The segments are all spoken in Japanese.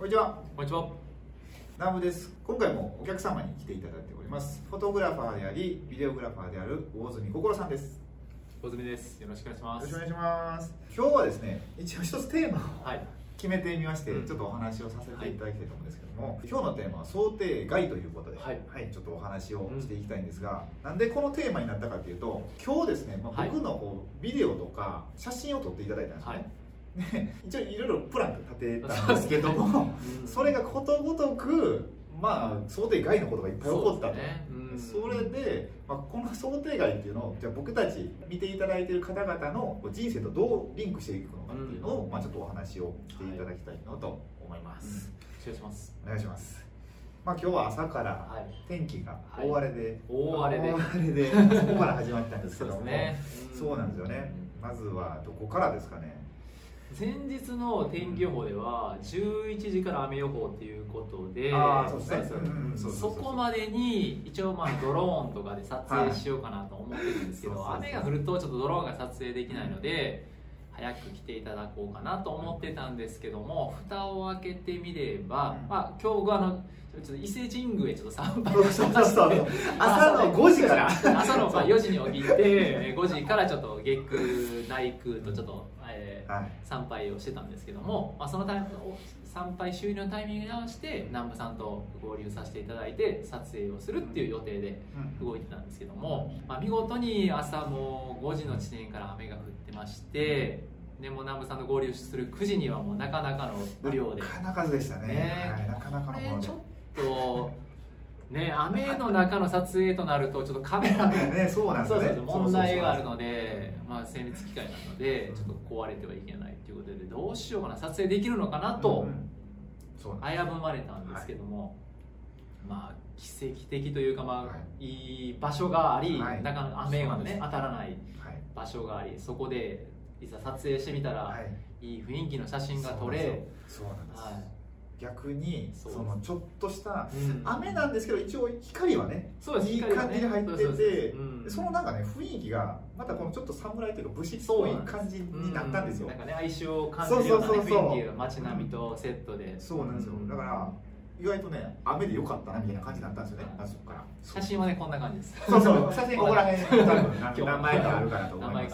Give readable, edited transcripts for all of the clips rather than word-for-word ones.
こんにちは。 こんにちは。 南部です。今回もお客様に来ていただいております。フォトグラファーであり、ビデオグラファーである大住心さんです。 大住です。よろしくお願いします。 よろしくお願いします。今日はですね、一応一つテーマを決めてみまして、ちょっとお話をさせていただきたいと思うんですけども、今日のテーマは想定外ということで、ちょっとお話をしていきたいんですが、なんでこのテーマになったかというと、今日ですね、僕のビデオとか写真を撮っていただいたんですね。一応いろいろプラン立てたんですけども、それがことごとく想定外のことがいっぱい起こったと。それで、この想定外っていうのをじゃあ僕たち見ていただいている方々の人生とどうリンクしていくのかっていうのを、ちょっとお話をしていただきたいなと思います。 お願いします。 お願いします。今日は朝から天気が大荒れで、そこから始まったんですけども、そうなんですよね。まずはどこからですかね。 前日の天気予報では11時から雨予報っていうことで、そこまでに一応ドローンとかで撮影しようかなと思ってるんですけど、雨が降るとちょっとドローンが撮影できないので早く来ていただこうかなと思ってたんですけども、蓋を開けてみれば、今日はちょっと伊勢神宮へちょっと参拝をしまして、 朝の5時から朝の4時に起きて5時からちょっと月宮内宮とちょっと参拝をしてたんですけども、その参拝終了のタイミングに合わせて南部さんと合流させていただいて撮影をするっていう予定で動いてたんですけども、見事に朝も5時の地点から雨が降ってまして、でも南部さんと合流する9時にはもうなかなかの雨量で、 なかなかでしたね。なかなかのもので、 ちょっと雨の中の撮影となるとちょっとカメラの問題があるので、精密機械なのでちょっと壊れてはいけないということで、どうしようかな、撮影できるのかなと危ぶまれたんですけども、奇跡的というか、いい場所があり、中の雨が当たらない場所があり、そこでいざ撮影してみたら、いい雰囲気の写真が撮れ、 そうなんです。逆にそのちょっとした雨なんですけど、一応光はねいい感じで入ってて、その雰囲気がまたこのちょっと侍というか武士っぽい感じになったんですよ。 哀愁を感じるような雰囲気が街並みとセットで、 そうなんですよ。だから意外とね、雨でよかったなみたいな感じになったんですよね。そこから写真はこんな感じです。 写真ここら辺多分何枚かあるかなと思います。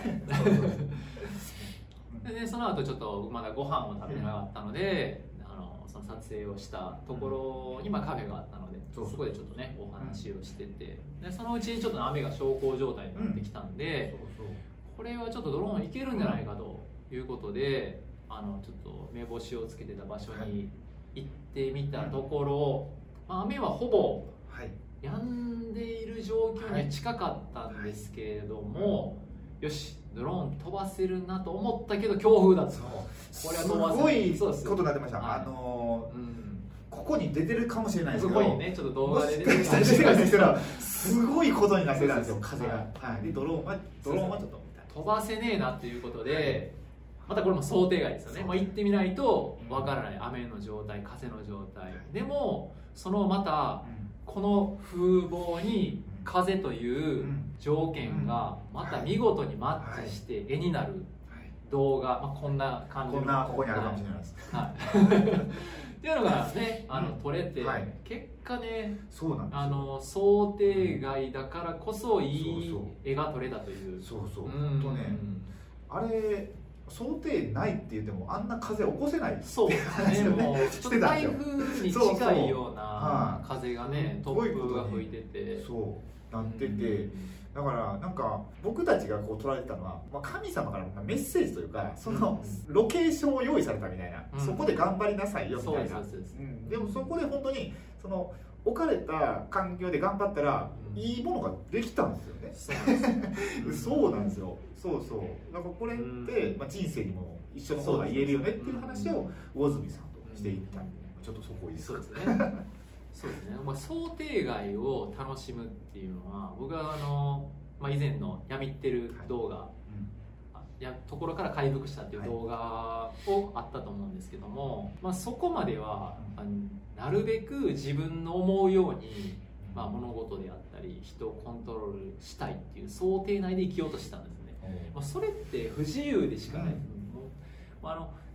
でその後ちょっとまだご飯を食べなかったので、その撮影をしたところにカフェがあったので、そこでちょっとねお話をしてて、でそのうちにちょっと雨が小康状態になってきたんで、これはちょっとドローンいけるんじゃないかということで、ちょっと目星をつけてた場所に行ってみたところ、雨はほぼ止んでいる状況には近かったんですけれども、よしドローン飛ばせるなと思ったけど強風だと。 これはすごいことになってました。ここに出てるかもしれないですけど、 そこにねちょっと動画で出てたらすごいことになってたんですよ、風が。でドローンはちょっと飛ばせねえなっていうことで、またこれも想定外ですよね。行ってみないとわからない雨の状態、風の状態でも、そのまたこの風貌に風という条件がまた見事にマッチして絵になる動画、こんな感じのここにあるかもしれないです。 っていうのがね撮れて、結果ね想定外だからこそいい絵が撮れたという。 あれ想定ないって言ってもあんな風起こせない。 そうですね。もうちょっと台風に近いような風がね、突風が吹いてて、 そうなってて、だから僕たちがこう捉えてたのは、神様からメッセージというか、そのロケーションを用意されたみたいな、そこで頑張りなさいよみたいな。でもそこで本当にその置かれた環境で頑張ったらいいものができたんですよね。そうなんですよ。だからこれって人生にも一緒のことが言えるよねっていう話を魚住さんとしていったんで、ちょっとそこいいですか。 そうですね。想定外を楽しむっていうのは、僕は以前のやみってる動画、ところから回復したっていう動画をあったと思うんですけども、そこまではなるべく自分の思うように、物事であったり人をコントロールしたいっていう想定内で生きようとしたんですね。それって不自由でしかない。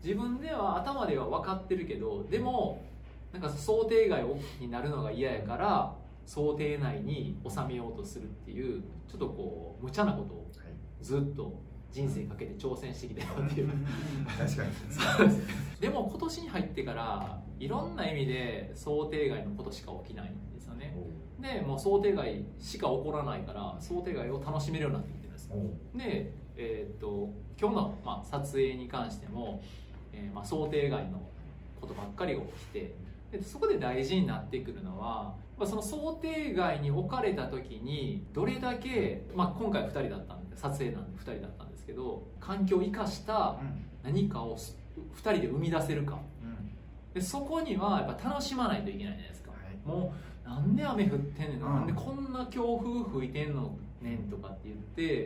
自分では頭では分かってるけど、でもなんか想定外になるのが嫌やから想定内に収めようとするっていう、ちょっとこう無茶なことをずっと人生かけて挑戦してきたよっていう。 確かにそうです。でも今年に入ってからいろんな意味で想定外のことしか起きないんですよね。でもう想定外しか起こらないから想定外を楽しめるようになってきてるんです。で、今日の、撮影に関しても、想定外のことばっかりが起きて、でそこで大事になってくるのは、その想定外に置かれた時にどれだけ、今回2人だったんで、撮影なんで2人だったんですけど、環境を生かした何かを2人で生み出せるか、でそこにはやっぱ楽しまないといけないじゃないですか。もうなんで雨降ってんねんの、なんでこんな強風吹いてんのねんとかって言って、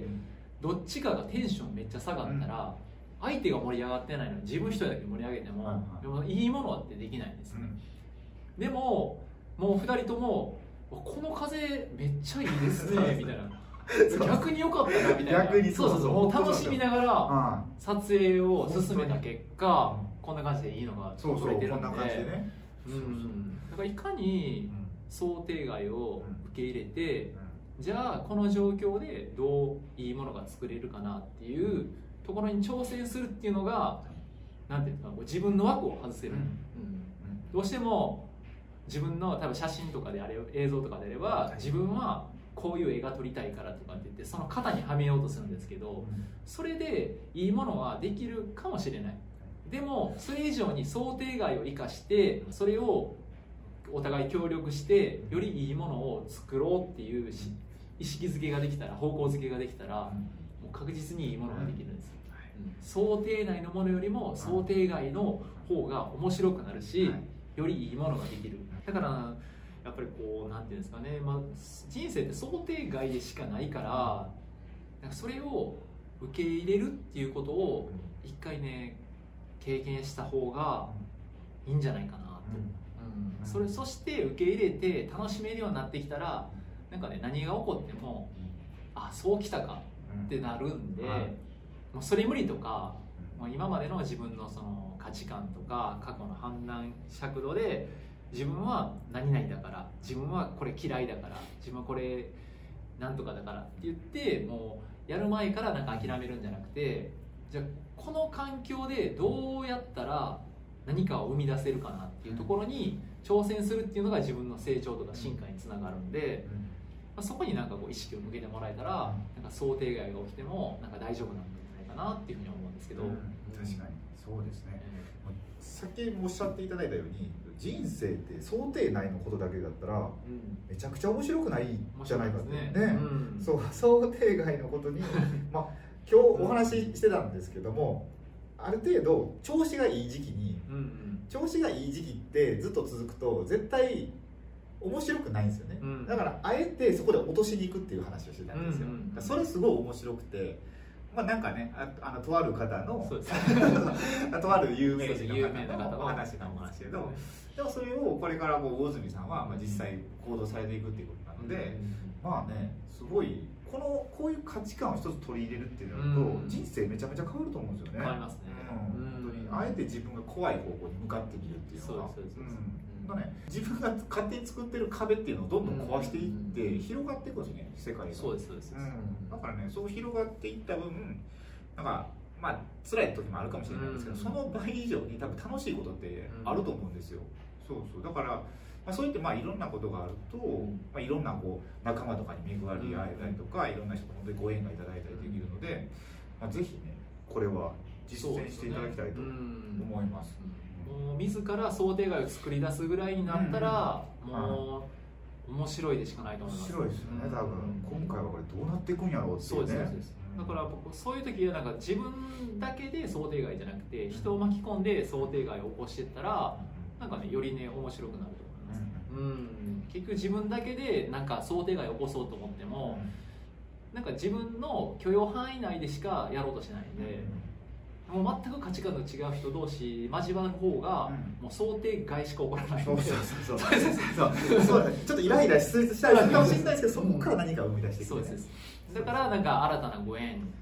どっちかがテンションめっちゃ下がったら、相手が盛り上がってないのに自分一人だけ盛り上げても、でもいいものはってできないんですね。でももう2人ともこの風めっちゃいいですねみたいな、逆に良かったなみたいな、逆にそうもう楽しみながら撮影を進めた結果、こんな感じでいいのが撮れてるんで、だからいかに想定外を受け入れて、じゃあこの状況でどういいものが作れるかなっていうところに挑戦するっていうのが、なんていうか、自分の枠を外せる。どうしても自分の多分写真とかであれ映像とかであれば、自分はこういう絵が撮りたいからとかって言ってその型にはめようとするんですけど、それでいいものはできるかもしれない。でもそれ以上に想定外を生かしてそれをお互い協力してよりいいものを作ろうっていう意識づけができたら、方向づけができたら、もう確実にいいものができるんです。想定内のものよりも想定外の方が面白くなるし、よりいいものができる。だからやっぱりこうなんていうんですかね、人生って想定外でしかないから、なんかそれを受け入れるっていうことを一回ね経験した方がいいんじゃないかなと。そして受け入れて楽しめるようになってきたら、なんかね、何が起こってもあそうきたかってなるんで、もうそれ無理とか、もう今までの自分のその価値観とか過去の判断尺度で自分は何々だから、自分はこれ嫌いだから、自分はこれなんとかだからって言ってもうやる前からなんか諦めるんじゃなくて、じゃあこの環境でどうやったら何かを生み出せるかなっていうところに挑戦するっていうのが自分の成長とか進化につながるんで、そこになんかこう意識を向けてもらえたら、なんか想定外が起きてもなんか大丈夫なんじゃないかなっていうふうに思うんですけど、 確かにそうですね。さっきもおっしゃっていただいたように、人生って想定内のことだけだったらめちゃくちゃ面白くないじゃないかってね。そう想定外のことに今日お話ししてたんですけども、ある程度調子がいい時期に、調子がいい時期ってずっと続くと絶対面白くないんですよね。だからあえてそこで落としに行くっていう話をしてたんですよ。それすごい面白くて、なんかね、とある方のとある有名人の方のお話なんですけど、でもそれをこれから魚住さんは実際行動されていくっていうことなので、すごいこういう価値観を一つ取り入れるっていうのと、人生めちゃめちゃ変わると思うんですよね。 変わりますね。 本当にあえて自分が怖い方向に向かってみるっていうのは、自分が勝手に作ってる壁っていうのをどんどん壊していって広がっていくんですね、世界が。 そうですそうです。 だからね、そう広がっていった分、なんか辛い時もあるかもしれないんですけど、その倍以上に多分楽しいことってあると思うんですよ。だからそういっていろんなことがあると、いろんな仲間とかに恵まれ合えたりとか、いろんな人と本当にご縁がいただいたりできるので、ぜひねこれは実践していただきたいと思います。 もう自ら想定外を作り出すぐらいになったら、もう面白いでしかないと思います。 面白いですよね。多分今回はこれどうなっていくんやろうっていうね。そうです。 だから僕そういう時はなんか自分だけで想定外じゃなくて人を巻き込んで想定外を起こしていったら、なんかねよりね面白くなると思います。結局自分だけでなんか想定外を起こそうと思っても、なんか自分の許容範囲内でしかやろうとしないんで、もう全く価値観の違う人同士交わる方がもう想定外しか起こらないんで、ちょっとイライラしたりするかもしれないですけど、そこから何か生み出していく。 そうです。だからなんか新たなご縁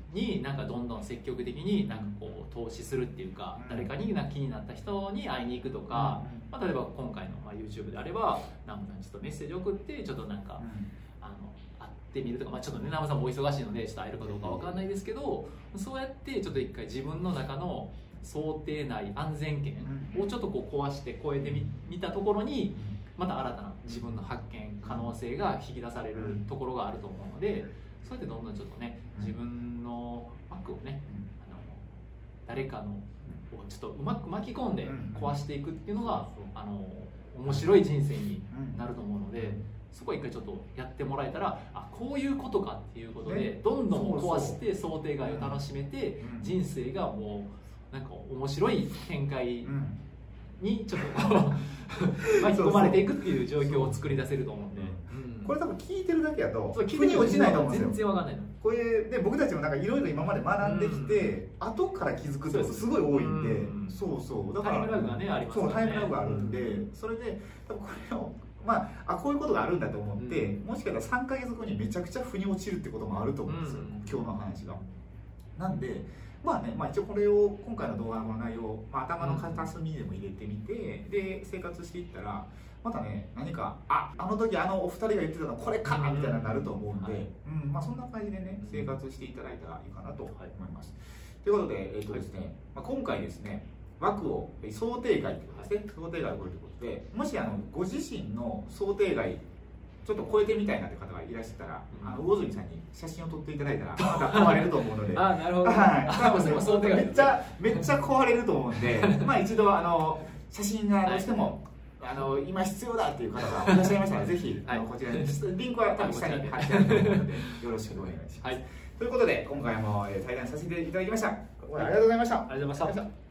になんかどんどん積極的になんかこう投資するっていうか、誰かになんか気になった人に会いに行くとか、まあ、例えば今回のまあ YouTube であれば南部さんにちょっとメッセージ送ってちょっとなんか、会ってみるとか、まあ、ちょっとね南部さんもお忙しいのでちょっと会えるかどうかわかんないですけど、そうやってちょっと一回自分の中の想定内安全圏をちょっとこう壊して超えてみたところにまた新たな自分の発見可能性が引き出されるところがあると思うので、そうやってどんどんちょっとね自分の枠をね誰かのをちょっとうまく巻き込んで壊していくっていうのが面白い人生になると思うので、そこは一回ちょっとやってもらえたら、あ、こういうことかっていうことでどんどん壊して想定外を楽しめて人生がもうなんか面白い展開にちょっと巻き込まれていくっていう状況を作り出せると思うんで、 これ多分聞いてるだけだと腑に落ちないと思うんですよ。 全然わかんないの。 これで僕たちもなんかいろいろ今まで学んできて、後から気づくってことすごい多いんで、そうそう、だからタイムラグがねありますよね。 そう、タイムラグがあるんで、それで多分これをこういうことがあるんだと思って、もしかしたら3ヶ月後にめちゃくちゃ腑に落ちるってこともあると思うんですよ、今日の話が。なんで一応これを今回の動画の内容を、頭の片隅にでも入れてみて、で生活していったらまたね、何かあの時お二人が言ってたのこれかみたいなのになると思うんで、そんな感じでね生活していただいたらいいかなと思います。ということで、ですね、今回ですね枠を想定外ということですね、想定外を超えるということで、もしご自身の想定外ちょっと超えてみたいなって方がいらっしゃったら、魚住さんに写真を撮っていただいたらまた壊れると思うのであ、なるほど、 めっちゃ壊れると思うんで一度写真がどうしても、今必要だっていう方がいらっしゃいましたらぜひこちらにリンクは多分下に貼ってあると思うのでよろしくお願いします。ということで今回も対談させていただきました。ありがとうございました。 ありがとうございました。